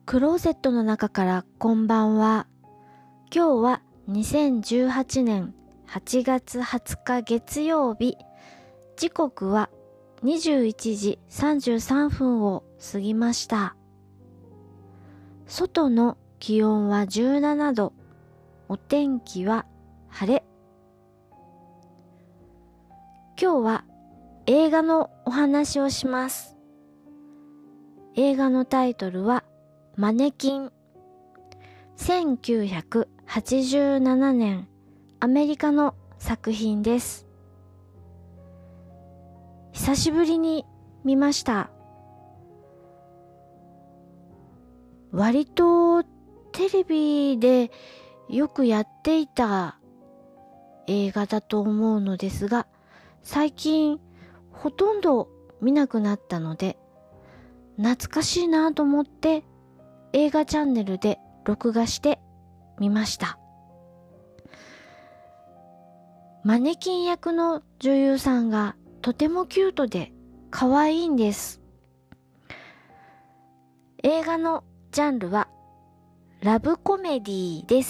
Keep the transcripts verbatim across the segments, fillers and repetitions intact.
クローゼットの中からこんばんは。今日はにせんじゅうはちねんはちがつはつか月曜日。時刻はにじゅういちじさんじゅうさんぷんを過ぎました。外の気温はじゅうななど。お天気は晴れ。今日は映画のお話をします。映画のタイトルはマネキン。せんきゅうひゃくはちじゅうななねんアメリカの作品です。久しぶりに見ました。割とテレビでよくやっていた映画だと思うのですが、最近ほとんど見なくなったので懐かしいなと思って映画チャンネルで録画してみました。マネキン役の女優さんがとてもキュートで可愛いんです。映画のジャンルはラブコメディです。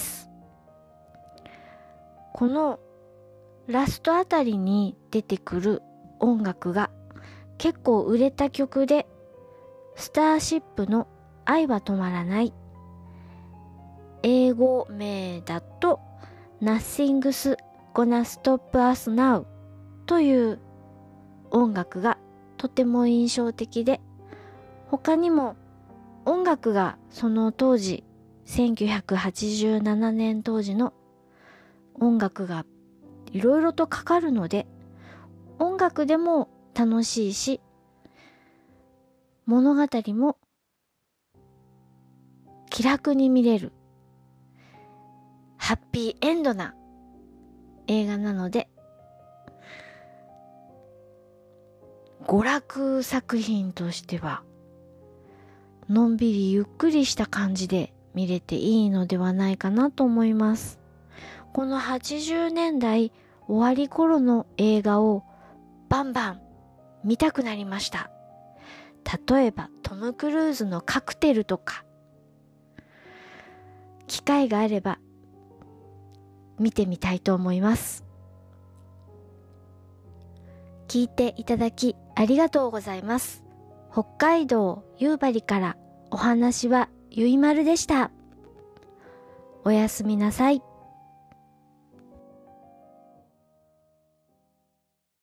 このラストあたりに出てくる音楽が結構売れた曲で、スターシップの愛は止まらない。英語名だと Nothing's Gonna Stop Us Now という音楽がとても印象的で、他にも音楽がその当時せんきゅうひゃくはちじゅうななねん当時の音楽がいろいろとかかるので、音楽でも楽しいし、物語も気楽に見れるハッピーエンドな映画なので、娯楽作品としてはのんびりゆっくりした感じで見れていいのではないかなと思います。このはちじゅうねんだい終わり頃の映画をバンバン見たくなりました。例えばトム・クルーズのカクテルとか、機会があれば見てみたいと思います。聞いていただきありがとうございます。北海道夕張からお話はゆいまるでした。おやすみなさい。